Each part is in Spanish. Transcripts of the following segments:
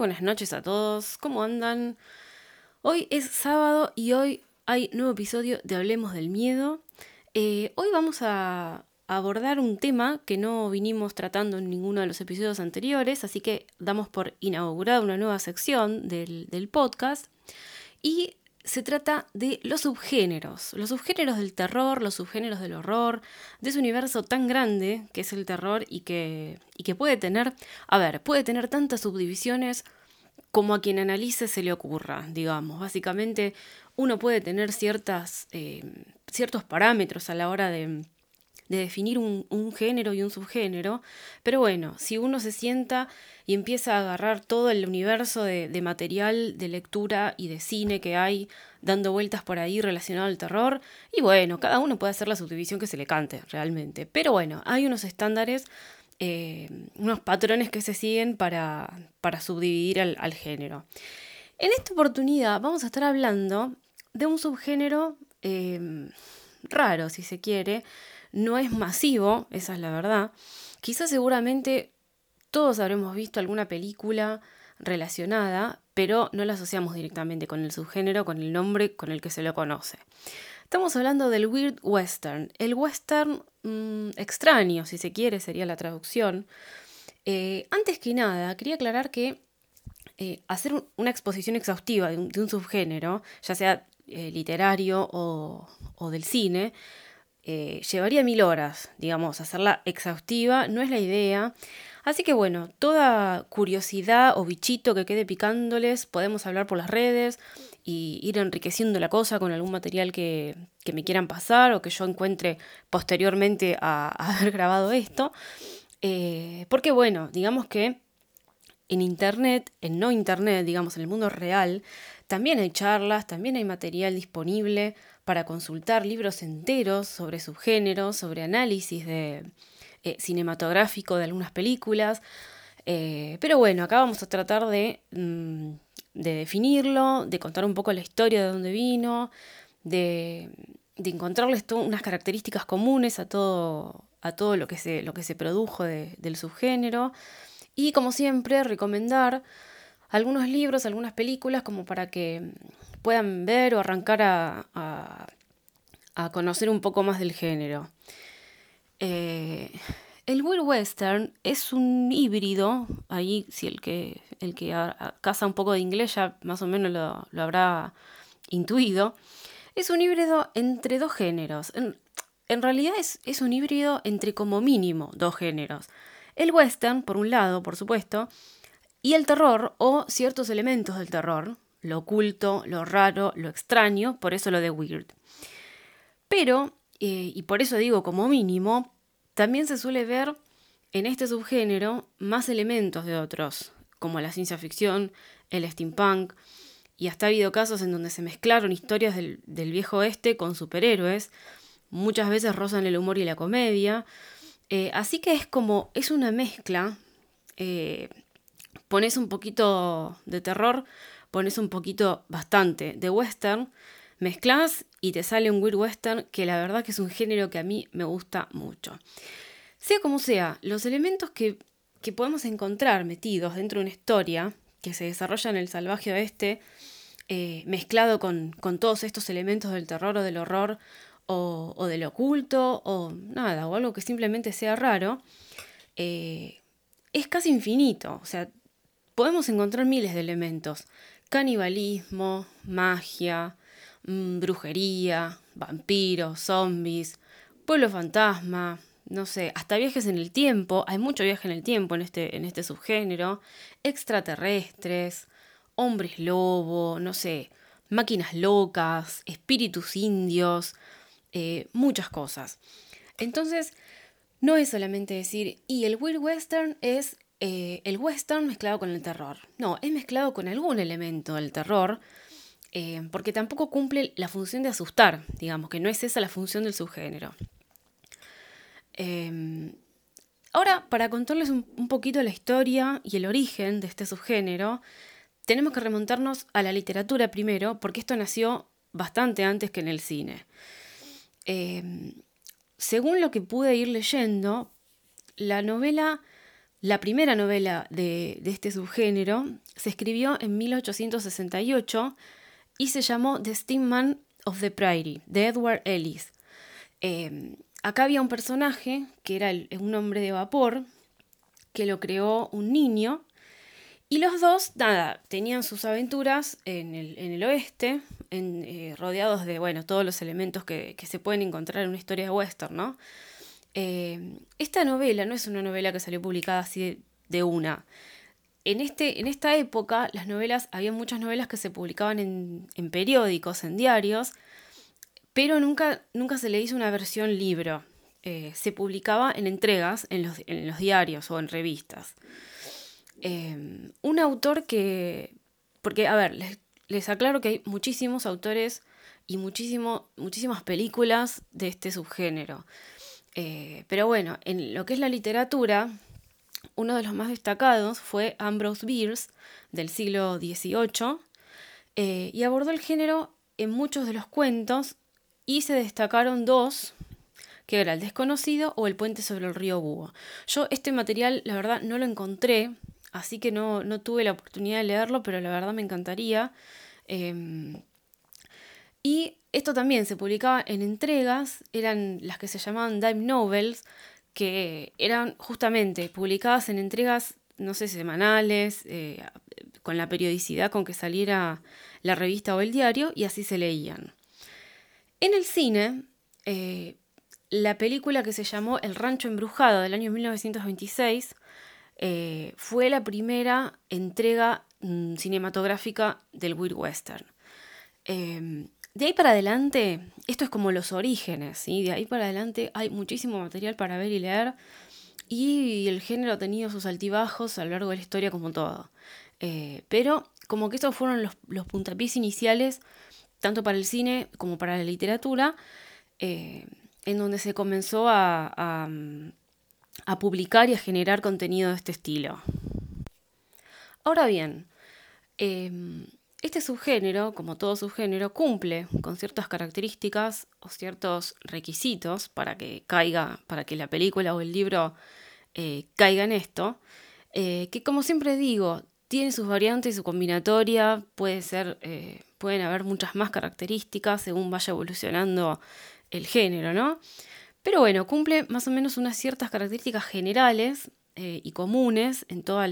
buenas noches a todos, ¿cómo andan? Hoy es sábado y hoy hay nuevo episodio de Hablemos del Miedo. Hoy vamos a abordar un tema que no vinimos tratando en ninguno de los episodios anteriores, así que damos por inaugurada una nueva sección del podcast y se trata de los subgéneros del terror, los subgéneros del horror, de ese universo tan grande que es el terror y que puede tener tantas subdivisiones como a quien analice se le ocurra, digamos. Básicamente uno puede tener ciertos parámetros a la hora de definir un género y un subgénero, pero bueno, si uno se sienta y empieza a agarrar todo el universo de material de lectura y de cine que hay dando vueltas por ahí relacionado al terror, y bueno, cada uno puede hacer la subdivisión que se le cante realmente, pero bueno, hay unos estándares, unos patrones que se siguen para subdividir al género. En esta oportunidad vamos a estar hablando de un subgénero raro, si se quiere. No es masivo, esa es la verdad. Quizás seguramente todos habremos visto alguna película relacionada, pero no la asociamos directamente con el subgénero, con el nombre con el que se lo conoce. Estamos hablando del Weird Western. El western extraño, si se quiere, sería la traducción. Antes que nada, quería aclarar que hacer una exposición exhaustiva de un subgénero, ya sea literario o del cine, llevaría 1000 horas, digamos, hacerla exhaustiva no es la idea. Así que bueno, toda curiosidad o bichito que quede picándoles, podemos hablar por las redes y ir enriqueciendo la cosa con algún material que me quieran pasar o que yo encuentre posteriormente a haber grabado esto. Porque bueno, digamos que en internet, en no internet, digamos, en el mundo real, también hay charlas, también hay material disponible para consultar libros enteros sobre subgéneros, sobre análisis cinematográfico de algunas películas. Pero bueno, acá vamos a tratar de definirlo, de contar un poco la historia de dónde vino, de encontrarles unas características comunes a todo lo que se produjo del subgénero. Y como siempre, recomendar algunos libros, algunas películas, como para que puedan ver o arrancar a conocer un poco más del género. El Weird Western es un híbrido, ahí si el que caza un poco de inglés ya más o menos lo habrá intuido, es un híbrido entre dos géneros. En realidad es un híbrido entre como mínimo dos géneros. El western, por un lado, por supuesto, y el terror o ciertos elementos del terror, lo oculto, lo raro, lo extraño, por eso lo de weird. Pero, y por eso digo como mínimo, también se suele ver en este subgénero más elementos de otros, como la ciencia ficción, el steampunk, y hasta ha habido casos en donde se mezclaron historias del viejo oeste con superhéroes, muchas veces rozan el humor y la comedia. Así que es una mezcla. Pones un poquito de terror, pones un poquito bastante de western, mezclas y te sale un weird western que la verdad que es un género que a mí me gusta mucho. Sea como sea, los elementos que podemos encontrar metidos dentro de una historia que se desarrolla en el salvaje oeste, mezclado con todos estos elementos del terror o del horror o del oculto o nada, o algo que simplemente sea raro, es casi infinito. O sea, podemos encontrar miles de elementos. Canibalismo, magia, brujería, vampiros, zombies, pueblo fantasma, no sé, hasta viajes en el tiempo. Hay mucho viaje en el tiempo en este subgénero. Extraterrestres, hombres lobo, no sé, máquinas locas, espíritus indios, muchas cosas. Entonces, no es solamente decir, y el Weird Western es el western mezclado con el terror. No, es mezclado con algún elemento del terror, porque tampoco cumple la función de asustar, digamos, que no es esa la función del subgénero. Ahora, para contarles un poquito la historia y el origen de este subgénero, tenemos que remontarnos a la literatura primero, porque esto nació bastante antes que en el cine. Según lo que pude ir leyendo, la novela La primera novela de este subgénero se escribió en 1868 y se llamó The Steamman of the Prairie, de Edward Ellis. Acá había un personaje que era un hombre de vapor que lo creó un niño y los dos, nada, tenían sus aventuras en el oeste, rodeados de, bueno, todos los elementos que se pueden encontrar en una historia de western, ¿no? Esta novela no es una novela que salió publicada así de una. En esta época, había muchas novelas que se publicaban en periódicos, en diarios, pero nunca se le hizo una versión libro. Se publicaba en entregas en los diarios o en revistas. Un autor que... Porque, a ver, les aclaro que hay muchísimos autores y muchísimas películas de este subgénero. Pero bueno, en lo que es la literatura, uno de los más destacados fue Ambrose Bierce, del siglo XVIII, y abordó el género en muchos de los cuentos y se destacaron dos, que era El desconocido o El puente sobre el río Búho. Yo este material, la verdad, no lo encontré, así que no tuve la oportunidad de leerlo, pero la verdad me encantaría. Y esto también se publicaba en entregas, eran las que se llamaban dime novels, que eran justamente publicadas en entregas, no sé, semanales, con la periodicidad con que saliera la revista o el diario, y así se leían. En el cine, la película que se llamó El rancho embrujado del año 1926 fue la primera entrega cinematográfica del Weird Western. De ahí para adelante, esto es como los orígenes, ¿sí? De ahí para adelante hay muchísimo material para ver y leer, y el género ha tenido sus altibajos a lo largo de la historia como todo. Pero como que estos fueron los puntapiés iniciales, tanto para el cine como para la literatura, en donde se comenzó a publicar y a generar contenido de este estilo. Ahora bien, este subgénero, como todo subgénero, cumple con ciertas características o ciertos requisitos para que la película o el libro caiga en esto, que como siempre digo, tiene sus variantes y su combinatoria, pueden haber muchas más características según vaya evolucionando el género, ¿no? Pero bueno, cumple más o menos unas ciertas características generales y comunes en todas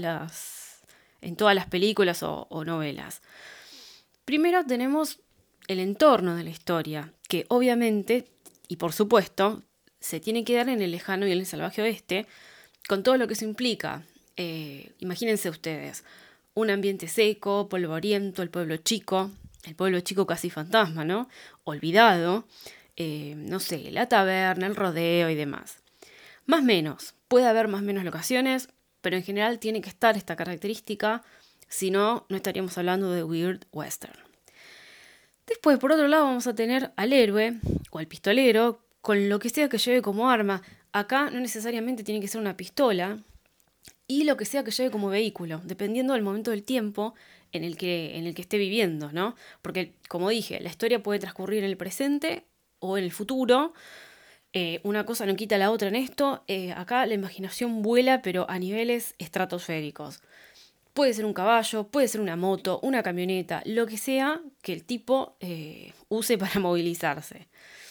las películas o novelas. Primero tenemos el entorno de la historia, que obviamente, y por supuesto, se tiene que dar en el lejano y en el salvaje oeste, con todo lo que eso implica. Imagínense ustedes, un ambiente seco, polvoriento, el pueblo chico casi fantasma, ¿no? Olvidado, no sé, la taberna, el rodeo y demás. Más o menos, puede haber más o menos locaciones, pero en general tiene que estar esta característica, si no, no estaríamos hablando de Weird Western. Después, por otro lado, vamos a tener al héroe o al pistolero con lo que sea que lleve como arma. Acá no necesariamente tiene que ser una pistola, y lo que sea que lleve como vehículo, dependiendo del momento del tiempo en el que esté viviendo, ¿no? Porque, como dije, la historia puede transcurrir en el presente o en el futuro. Una cosa no quita la otra en esto. Acá la imaginación vuela, pero a niveles estratosféricos. Puede ser un caballo, puede ser una moto, una camioneta, lo que sea que el tipo use para movilizarse.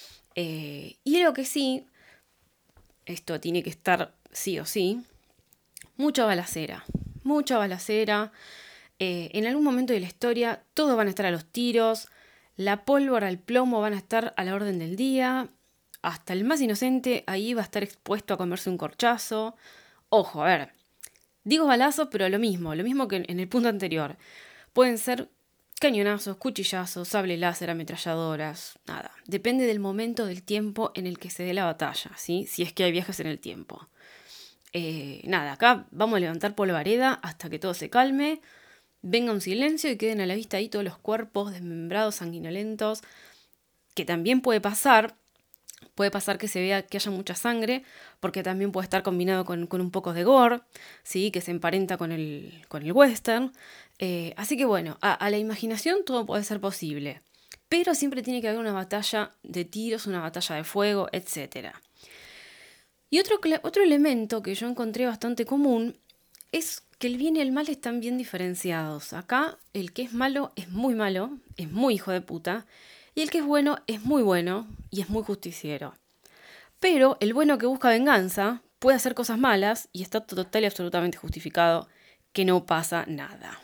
Y lo que sí, esto tiene que estar sí o sí, mucha balacera. En algún momento de la historia todos van a estar a los tiros, la pólvora, el plomo van a estar a la orden del día, hasta el más inocente ahí va a estar expuesto a comerse un corchazo. Ojo, a ver, digo balazos, pero lo mismo que en el punto anterior. Pueden ser cañonazos, cuchillazos, sable láser, ametralladoras, nada. Depende del momento del tiempo en el que se dé la batalla, ¿sí? Si es que hay viajes en el tiempo. Acá vamos a levantar polvareda hasta que todo se calme, venga un silencio y queden a la vista ahí todos los cuerpos desmembrados, sanguinolentos, que también puede pasar que se vea que haya mucha sangre, porque también puede estar combinado con un poco de gore, ¿sí? Que se emparenta con el western. Así que bueno, a la imaginación todo puede ser posible, pero siempre tiene que haber una batalla de tiros, una batalla de fuego, etc. Y otro elemento que yo encontré bastante común es que el bien y el mal están bien diferenciados. Acá el que es malo, es muy hijo de puta, y el que es bueno es muy bueno y es muy justiciero. Pero el bueno que busca venganza puede hacer cosas malas y está total y absolutamente justificado que no pasa nada.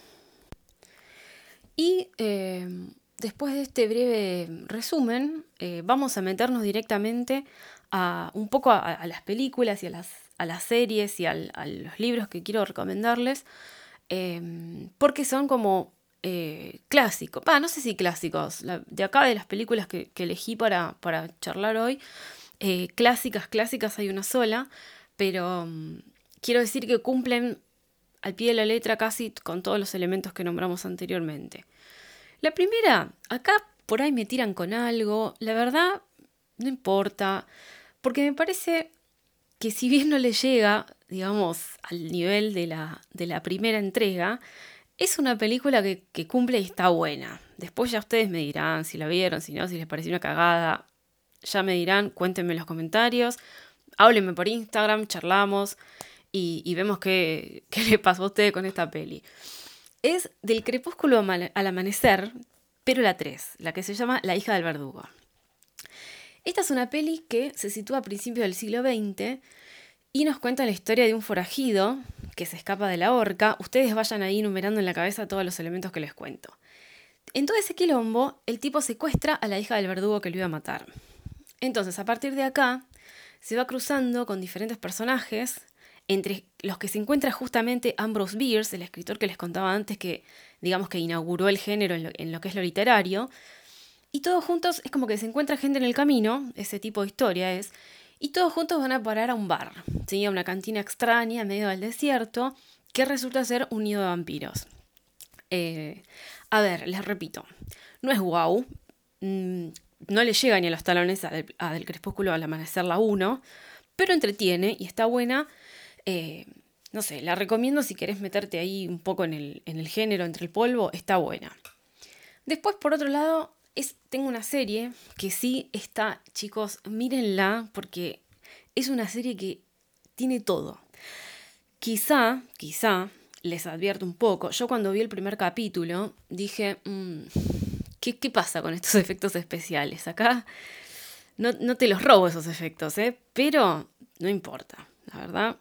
Y después de este breve resumen, vamos a meternos directamente un poco a las películas y a las series y a los libros que quiero recomendarles, porque son como clásicos. No sé si clásicos, de acá de las películas que elegí para charlar hoy, clásicas hay una sola, pero quiero decir que cumplen al pie de la letra casi con todos los elementos que nombramos anteriormente. La primera, acá por ahí me tiran con algo, la verdad no importa, porque me parece que si bien no le llega, digamos, al nivel de la primera entrega, es una película que cumple y está buena. Después ya ustedes me dirán si la vieron, si no, si les pareció una cagada, ya me dirán, cuéntenme en los comentarios, háblenme por Instagram, charlamos y vemos qué le pasó a ustedes con esta peli. Es Del crepúsculo al amanecer, pero la 3, la que se llama La hija del verdugo. Esta es una peli que se sitúa a principios del siglo XX y nos cuenta la historia de un forajido que se escapa de la horca. Ustedes vayan ahí enumerando en la cabeza todos los elementos que les cuento. En todo ese quilombo, el tipo secuestra a la hija del verdugo que lo iba a matar. Entonces, a partir de acá, se va cruzando con diferentes personajes, entre los que se encuentra justamente Ambrose Bierce, el escritor que les contaba antes, que digamos que inauguró el género en lo que es lo literario. Y todos juntos es como que se encuentra gente en el camino, ese tipo de historia es, y todos juntos van a parar a un bar, ¿sí? A una cantina extraña en medio del desierto, que resulta ser un nido de vampiros. A ver, les repito, no es guau, no le llega ni a los talones a Del crepúsculo al amanecer la 1, pero entretiene y está buena. No sé, la recomiendo si querés meterte ahí un poco en el género, entre el polvo, está buena. Después, por otro lado, tengo una serie que sí está, chicos, mírenla, porque es una serie que tiene todo. Quizá, les advierto un poco, yo cuando vi el primer capítulo dije, ¿qué pasa con estos efectos especiales? Acá no te los robo esos efectos, pero no importa, la verdad.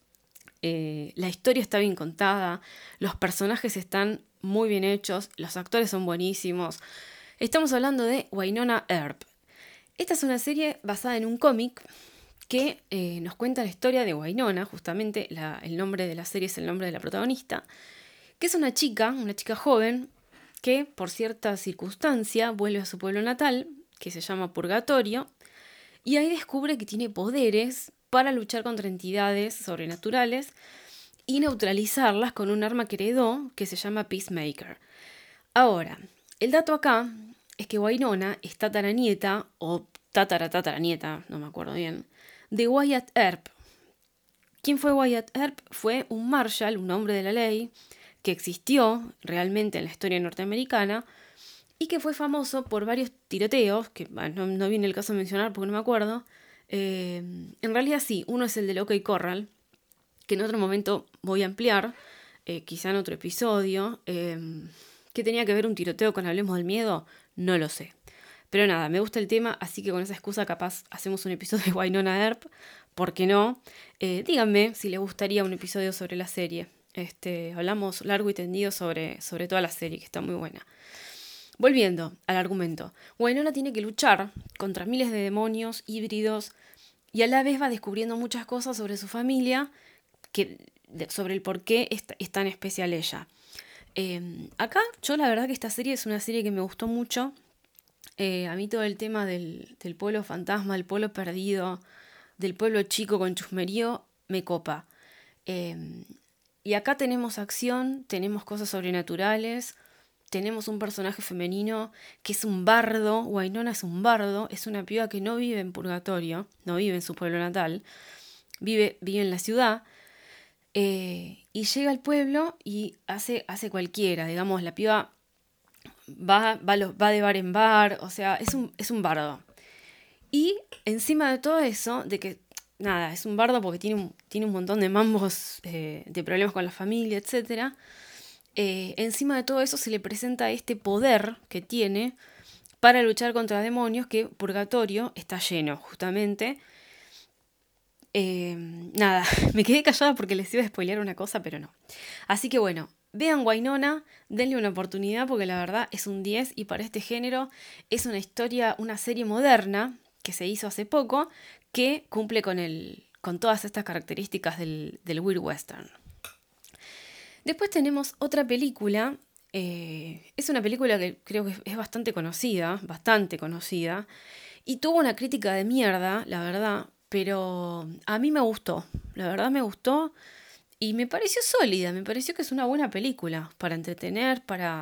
La historia está bien contada, los personajes están muy bien hechos, los actores son buenísimos. Estamos hablando de Wynonna Earp. Esta es una serie basada en un cómic que nos cuenta la historia de Wynonna, justamente el nombre de la serie es el nombre de la protagonista, que es una chica joven, que por cierta circunstancia vuelve a su pueblo natal, que se llama Purgatorio, y ahí descubre que tiene poderes para luchar contra entidades sobrenaturales y neutralizarlas con un arma que heredó que se llama Peacemaker. Ahora, el dato acá es que Wynonna es tataranieta, o tataranieta, no me acuerdo bien, de Wyatt Earp. ¿Quién fue Wyatt Earp? Fue un marshal, un hombre de la ley, que existió realmente en la historia norteamericana y que fue famoso por varios tiroteos, que no viene el caso de mencionar porque no me acuerdo. En realidad sí, uno es el del OK Corral, que en otro momento voy a ampliar, quizá en otro episodio. ¿Qué tenía que ver un tiroteo con Hablemos del Miedo? No lo sé. Pero nada, me gusta el tema, así que con esa excusa capaz hacemos un episodio de Wynonna Earp. ¿Por qué no? Díganme si les gustaría un episodio sobre la serie. Hablamos largo y tendido sobre toda la serie, que está muy buena. Volviendo al argumento, Wynonna tiene que luchar contra miles de demonios híbridos y a la vez va descubriendo muchas cosas sobre su familia, sobre el por qué es tan especial ella. Acá, yo la verdad que esta serie es una serie que me gustó mucho. A mí todo el tema del pueblo fantasma, del pueblo perdido, del pueblo chico con chusmerío, me copa. Y acá tenemos acción, tenemos cosas sobrenaturales, tenemos un personaje femenino que es un bardo. Wynonna es un bardo, es una piba que no vive en Purgatorio, no vive en su pueblo natal, vive en la ciudad. Y llega al pueblo y hace cualquiera, digamos, la piba va de bar en bar, o sea, es un bardo. Y encima de todo eso, de que nada, es un bardo porque tiene un montón de mambos, de problemas con la familia, etcétera. Encima de todo eso se le presenta este poder que tiene para luchar contra demonios que Purgatorio está lleno, justamente. Nada, me quedé callada porque les iba a spoilear una cosa, pero no. Así que bueno, vean Wynonna, denle una oportunidad porque la verdad es un 10 y para este género es una historia, una serie moderna que se hizo hace poco que cumple con todas estas características del Weird Western. Después tenemos otra película, es una película que creo que es bastante conocida, y tuvo una crítica de mierda, la verdad, pero a mí me gustó, la verdad me gustó y me pareció sólida, me pareció que es una buena película para entretener,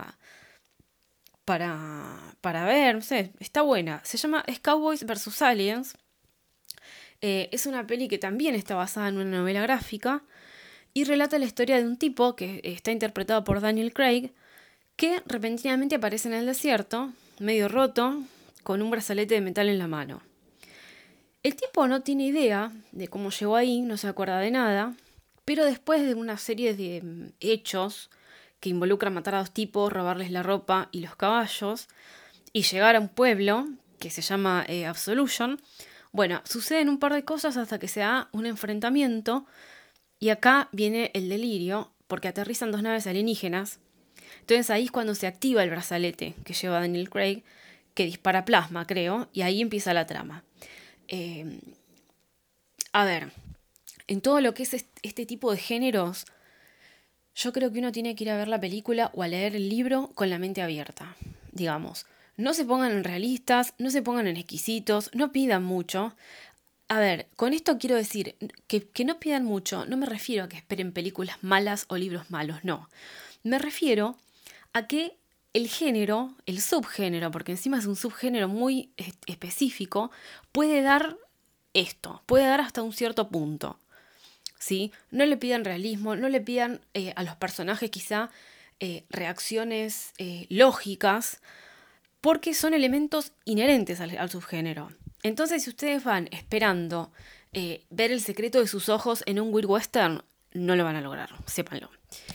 para ver, no sé, está buena. Es Cowboys vs. Aliens. Es una peli que también está basada en una novela gráfica y relata la historia de un tipo que está interpretado por Daniel Craig, que repentinamente aparece en el desierto, medio roto, con un brazalete de metal en la mano. El tipo no tiene idea de cómo llegó ahí, no se acuerda de nada, pero después de una serie de hechos que involucran matar a dos tipos, robarles la ropa y los caballos, y llegar a un pueblo que se llama Absolution, bueno, suceden un par de cosas hasta que se da un enfrentamiento, y acá viene el delirio, porque aterrizan dos naves alienígenas. Entonces ahí es cuando se activa el brazalete que lleva Daniel Craig, que dispara plasma, creo, y ahí empieza la trama. Eh, a ver, en todo lo que es este tipo de géneros, yo creo que uno tiene que ir a ver la película o a leer el libro con la mente abierta, digamos. No se pongan en realistas, no se pongan en exquisitos, no pidan mucho. A ver, con esto quiero decir que no pidan mucho, no me refiero a que esperen películas malas o libros malos, no. Me refiero a que el género, el subgénero, porque encima es un subgénero muy específico, puede dar esto, puede dar hasta un cierto punto. ¿Sí? No le pidan realismo, no le pidan a los personajes quizá reacciones lógicas, porque son elementos inherentes al subgénero. Entonces, si ustedes van esperando ver el secreto de sus ojos en un weird western, no lo van a lograr, sépanlo.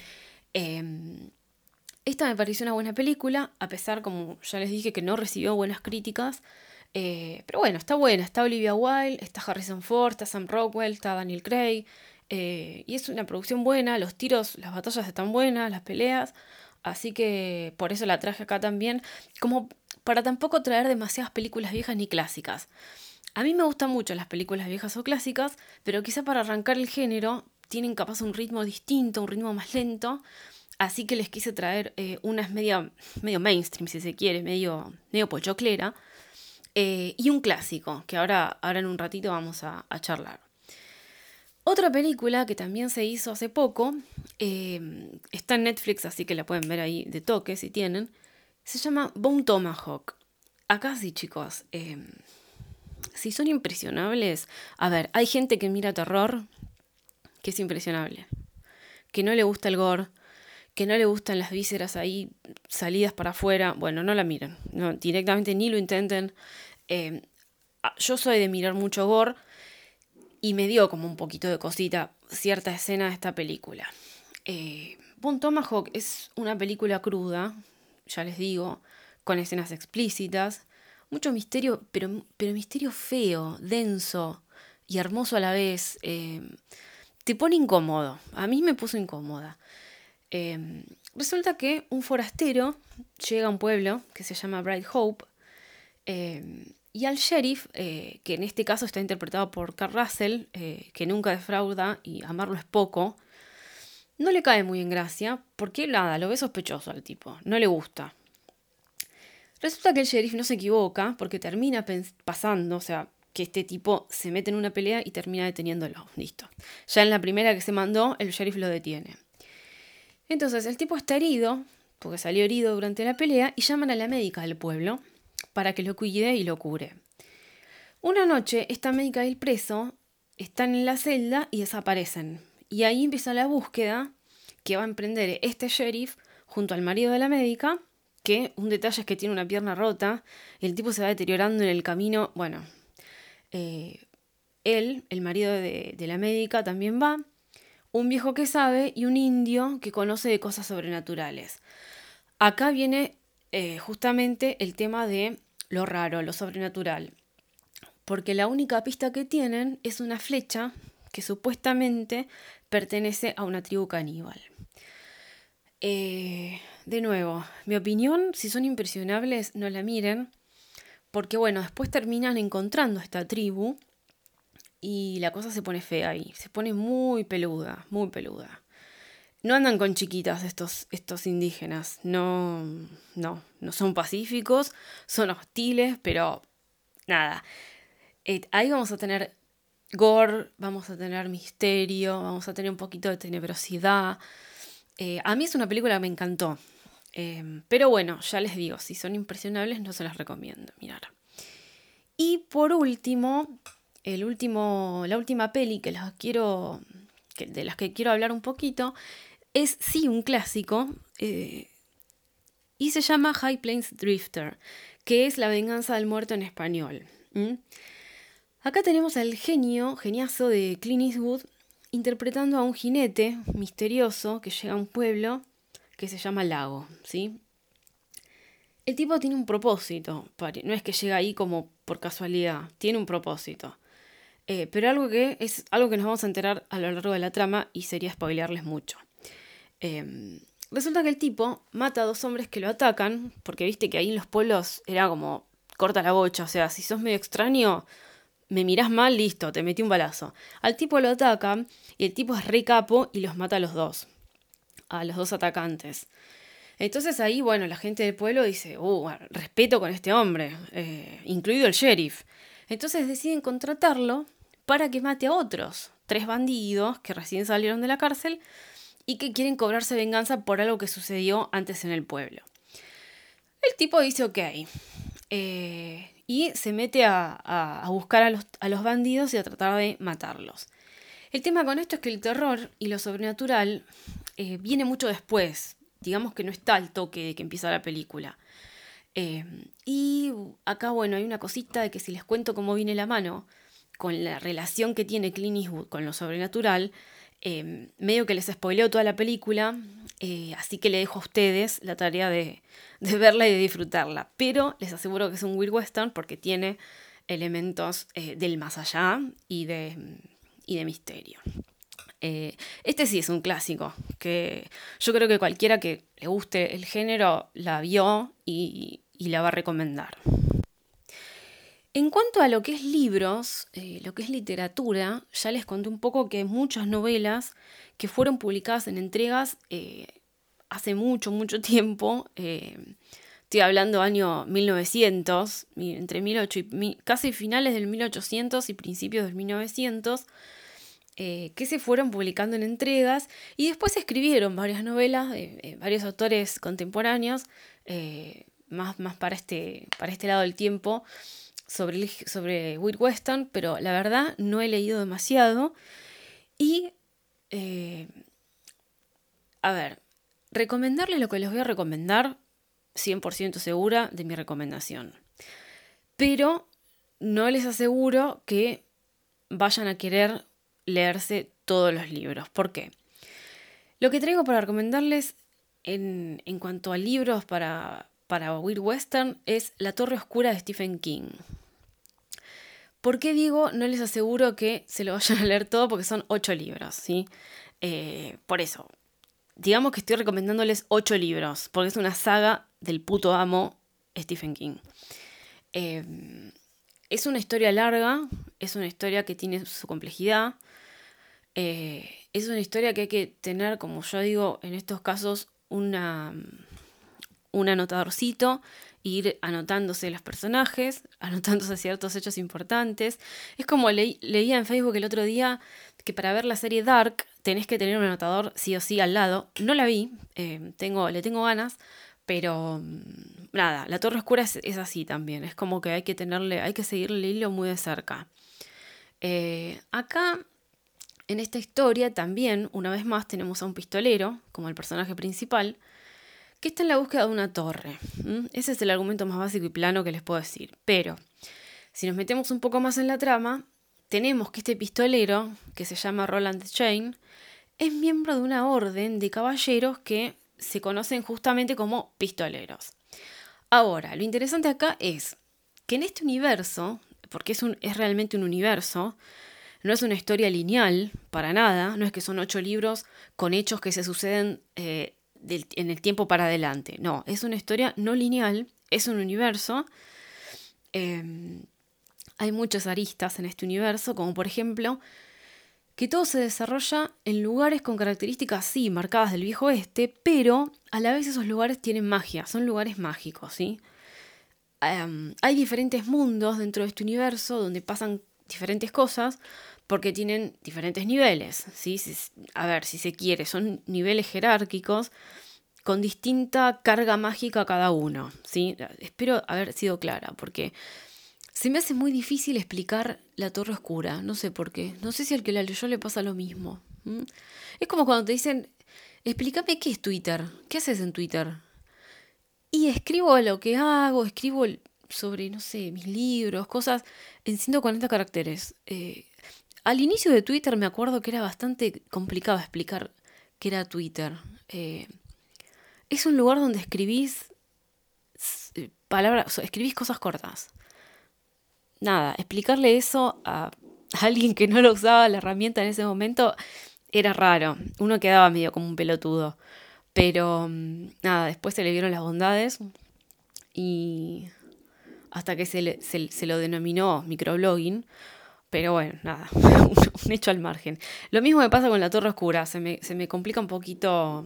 Esta me pareció una buena película, a pesar, como ya les dije, que no recibió buenas críticas. Pero bueno, está buena. Está Olivia Wilde, está Harrison Ford, está Sam Rockwell, está Daniel Craig. Y es una producción buena, los tiros, las batallas están buenas, las peleas. Así que por eso la traje acá también. Como para tampoco traer demasiadas películas viejas ni clásicas. A mí me gustan mucho las películas viejas o clásicas, pero quizá para arrancar el género tienen capaz un ritmo distinto, un ritmo más lento. Así que les quise traer unas medio mainstream, si se quiere, medio pochoclera. Y un clásico, que ahora en un ratito vamos a charlar. Otra película que también se hizo hace poco, está en Netflix, así que la pueden ver ahí de toque si tienen. Se llama Bone Tomahawk. Acá sí, chicos. Si son impresionables. A ver, hay gente que mira terror que es impresionable. Que no le gusta el gore, que no le gustan las vísceras ahí salidas para afuera. Bueno, no la miren. No, directamente ni lo intenten. Eh, yo soy de mirar mucho gore y me dio como un poquito de cosita cierta escena de esta película. Bone Tomahawk es una película cruda, ya les digo, con escenas explícitas, mucho misterio, pero misterio feo, denso y hermoso a la vez. Te pone incómodo, a mí me puso incómoda. Resulta que un forastero llega a un pueblo que se llama Bright Hope, y al sheriff, que en este caso está interpretado por Kurt Russell, que nunca defrauda y amarlo es poco, no le cae muy en gracia porque nada, lo ve sospechoso al tipo, no le gusta. Resulta que el sheriff no se equivoca porque termina pasando, o sea, que este tipo se mete en una pelea y termina deteniéndolo. Listo. Ya en la primera que se mandó, el sheriff lo detiene. Entonces el tipo está herido, porque salió herido durante la pelea, y llaman a la médica del pueblo para que lo cuide y lo cure. Una noche, esta médica y el preso están en la celda y desaparecen. Y ahí empieza la búsqueda que va a emprender este sheriff junto al marido de la médica, que un detalle es que tiene una pierna rota, y el tipo se va deteriorando en el camino. Bueno, él, el marido de la médica, también va, un viejo que sabe y un indio que conoce de cosas sobrenaturales. Acá viene justamente el tema de lo raro, lo sobrenatural, porque la única pista que tienen es una flecha que supuestamente pertenece a una tribu caníbal. De nuevo, mi opinión, si son impresionables, no la miren, porque bueno, después terminan encontrando esta tribu y la cosa se pone fea ahí, se pone muy peluda, muy peluda. No andan con chiquitas estos indígenas, no son pacíficos, son hostiles, pero nada. Ahí vamos a tener gore, vamos a tener misterio, vamos a tener un poquito de tenebrosidad. A mí es una película que me encantó. Pero bueno, ya les digo, si son impresionables no se las recomiendo mirar. Y por último, la última peli de las que quiero hablar un poquito, es sí un clásico, y se llama High Plains Drifter, que es La venganza del muerto en español. Acá tenemos al geniazo de Clint Eastwood, interpretando a un jinete misterioso que llega a un pueblo que se llama Lago, ¿sí? El tipo tiene un propósito, no es que llega ahí como por casualidad, tiene un propósito. Pero es algo que nos vamos a enterar a lo largo de la trama y sería spoilearles mucho. Resulta que el tipo mata a 2 hombres que lo atacan, porque viste que ahí en los pueblos era como corta la bocha, o sea, si sos medio extraño, me mirás mal, listo, te metí un balazo. Al tipo lo atacan y el tipo es re capo y los mata a los dos atacantes. Entonces ahí, bueno, la gente del pueblo dice, respeto con este hombre, incluido el sheriff. Entonces deciden contratarlo para que mate a otros 3 bandidos que recién salieron de la cárcel y que quieren cobrarse venganza por algo que sucedió antes en el pueblo. El tipo dice ok, y se mete a buscar a los bandidos y a tratar de matarlos. El tema con esto es que el terror y lo sobrenatural viene mucho después. Digamos que no está al toque de que empieza la película. Y acá, bueno, hay una cosita de que si les cuento cómo viene la mano con la relación que tiene Clint Eastwood con lo sobrenatural, medio que les spoileo toda la película, así que le dejo a ustedes la tarea de verla y de disfrutarla. Pero les aseguro que es un weird western porque tiene elementos del más allá y de misterio. Este sí es un clásico, que yo creo que cualquiera que le guste el género la vio y la va a recomendar. En cuanto a lo que es libros, lo que es literatura, ya les conté un poco que hay muchas novelas que fueron publicadas en entregas hace mucho, mucho tiempo. Estoy hablando año 1900, entre 1800 casi finales del 1800 y principios del 1900, que se fueron publicando en entregas y después se escribieron varias novelas de varios autores contemporáneos, más para este lado del tiempo, sobre Weird Western, pero la verdad no he leído demasiado. Y, a ver, recomendarles lo que les voy a recomendar, 100% segura de mi recomendación. Pero no les aseguro que vayan a querer leerse todos los libros. ¿Por qué? Lo que traigo para recomendarles en cuanto a libros para Weird Western es La Torre Oscura de Stephen King. ¿Por qué digo no les aseguro que se lo vayan a leer todo? Porque son 8 libros, ¿sí? Por eso, digamos que estoy recomendándoles 8 libros, porque es una saga del puto amo Stephen King. Es una historia larga, es una historia que tiene su complejidad, es una historia que hay que tener, como yo digo, en estos casos, un anotadorcito, ir anotándose los personajes, anotándose ciertos hechos importantes. Es como leía en Facebook el otro día que para ver la serie Dark tenés que tener un anotador sí o sí al lado. No la vi, le tengo ganas, pero nada, La Torre Oscura es así también. Es como que hay que seguirle el hilo muy de cerca. Acá, en esta historia, también, una vez más, tenemos a un pistolero, como el personaje principal, que está en la búsqueda de una torre. Ese es el argumento más básico y plano que les puedo decir. Pero, si nos metemos un poco más en la trama, tenemos que este pistolero, que se llama Roland Chain, es miembro de una orden de caballeros que se conocen justamente como pistoleros. Ahora, lo interesante acá es que en este universo, porque es realmente un universo, no es una historia lineal, para nada, no es que son 8 libros con hechos que se suceden en el tiempo para adelante, no, es una historia no lineal, es un universo, hay muchas aristas en este universo, como por ejemplo, que todo se desarrolla en lugares con características, sí, marcadas del viejo oeste, pero a la vez esos lugares tienen magia, son lugares mágicos, ¿sí? Hay diferentes mundos dentro de este universo donde pasan diferentes cosas porque tienen diferentes niveles, ¿sí? A ver, si se quiere, son niveles jerárquicos con distinta carga mágica cada uno, ¿sí? Espero haber sido clara, porque se me hace muy difícil explicar la Torre Oscura, no sé por qué. No sé si al que la leyó le pasa lo mismo. Es como cuando te dicen, explícame qué es Twitter, qué haces en Twitter. Y escribo lo que hago, escribo sobre, no sé, mis libros, cosas en 140 caracteres. Al inicio de Twitter me acuerdo que era bastante complicado explicar qué era Twitter. Es un lugar donde escribís palabras, o sea, escribís cosas cortas. Nada, explicarle eso a alguien que no lo usaba la herramienta en ese momento era raro. Uno quedaba medio como un pelotudo. Pero nada, después se le vieron las bondades y hasta que se lo denominó microblogging. Pero bueno, nada, un hecho al margen. Lo mismo me pasa con la Torre Oscura. Se me complica un poquito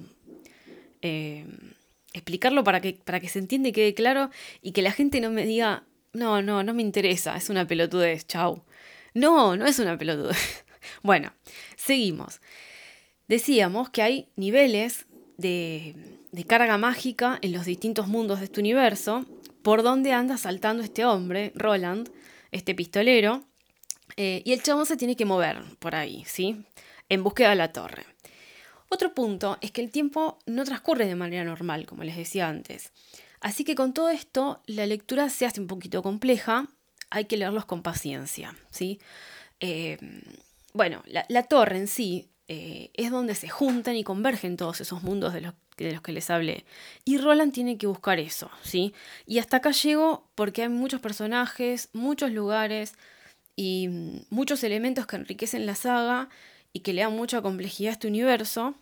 explicarlo para que se entienda y quede claro y que la gente no me diga, no me interesa, es una pelotudez, chau. No es una pelotudez. Bueno, seguimos. Decíamos que hay niveles de carga mágica en los distintos mundos de este universo, por donde anda saltando este hombre, Roland, este pistolero, y el chabón se tiene que mover por ahí, ¿sí? En búsqueda de la torre. Otro punto es que el tiempo no transcurre de manera normal, como les decía antes. Así que con todo esto, la lectura se hace un poquito compleja, hay que leerlos con paciencia, ¿sí? Bueno, la torre en sí es donde se juntan y convergen todos esos mundos de los que les hablé. Y Roland tiene que buscar eso, ¿sí? Y hasta acá llego porque hay muchos personajes, muchos lugares y muchos elementos que enriquecen la saga y que le dan mucha complejidad a este universo.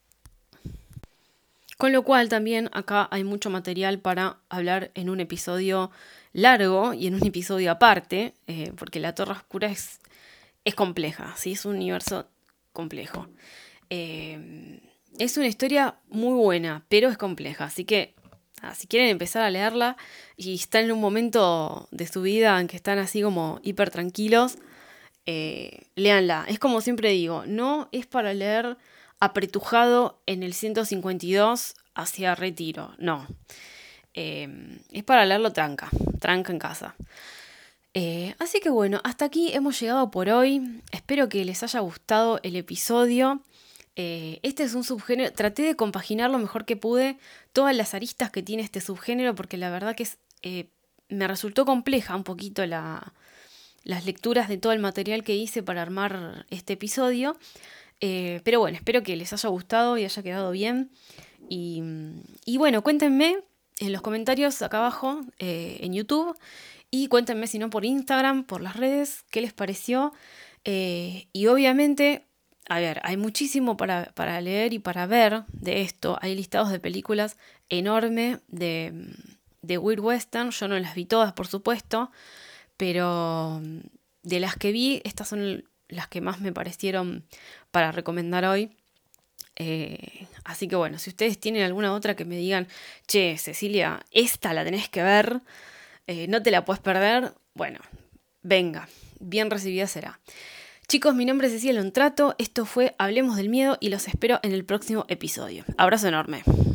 Con lo cual también acá hay mucho material para hablar en un episodio largo y en un episodio aparte, porque la Torre Oscura es compleja, ¿sí? Es un universo complejo. Es una historia muy buena, pero es compleja, así que si quieren empezar a leerla y están en un momento de su vida en que están así como hiper tranquilos, léanla. Es como siempre digo, no es para leer apretujado en el 152 hacia Retiro, no. Es para leerlo tranca en casa. Así que bueno, hasta aquí hemos llegado por hoy. Espero que les haya gustado el episodio. Este es un subgénero, traté de compaginar lo mejor que pude todas las aristas que tiene este subgénero porque la verdad que me resultó compleja un poquito las lecturas de todo el material que hice para armar este episodio. Pero bueno, espero que les haya gustado y haya quedado bien. Y bueno, cuéntenme en los comentarios acá abajo en YouTube y cuéntenme si no por Instagram, por las redes, qué les pareció. Y obviamente, a ver, hay muchísimo para leer y para ver de esto. Hay listados de películas enormes de Weird Western. Yo no las vi todas, por supuesto, pero de las que vi, estas son las que más me parecieron para recomendar hoy. Así que bueno, si ustedes tienen alguna otra que me digan, che, Cecilia, esta la tenés que ver, no te la puedes perder, bueno, venga, bien recibida será. Chicos, mi nombre es Cecilia Lontrato, esto fue Hablemos del Miedo y los espero en el próximo episodio. Abrazo enorme.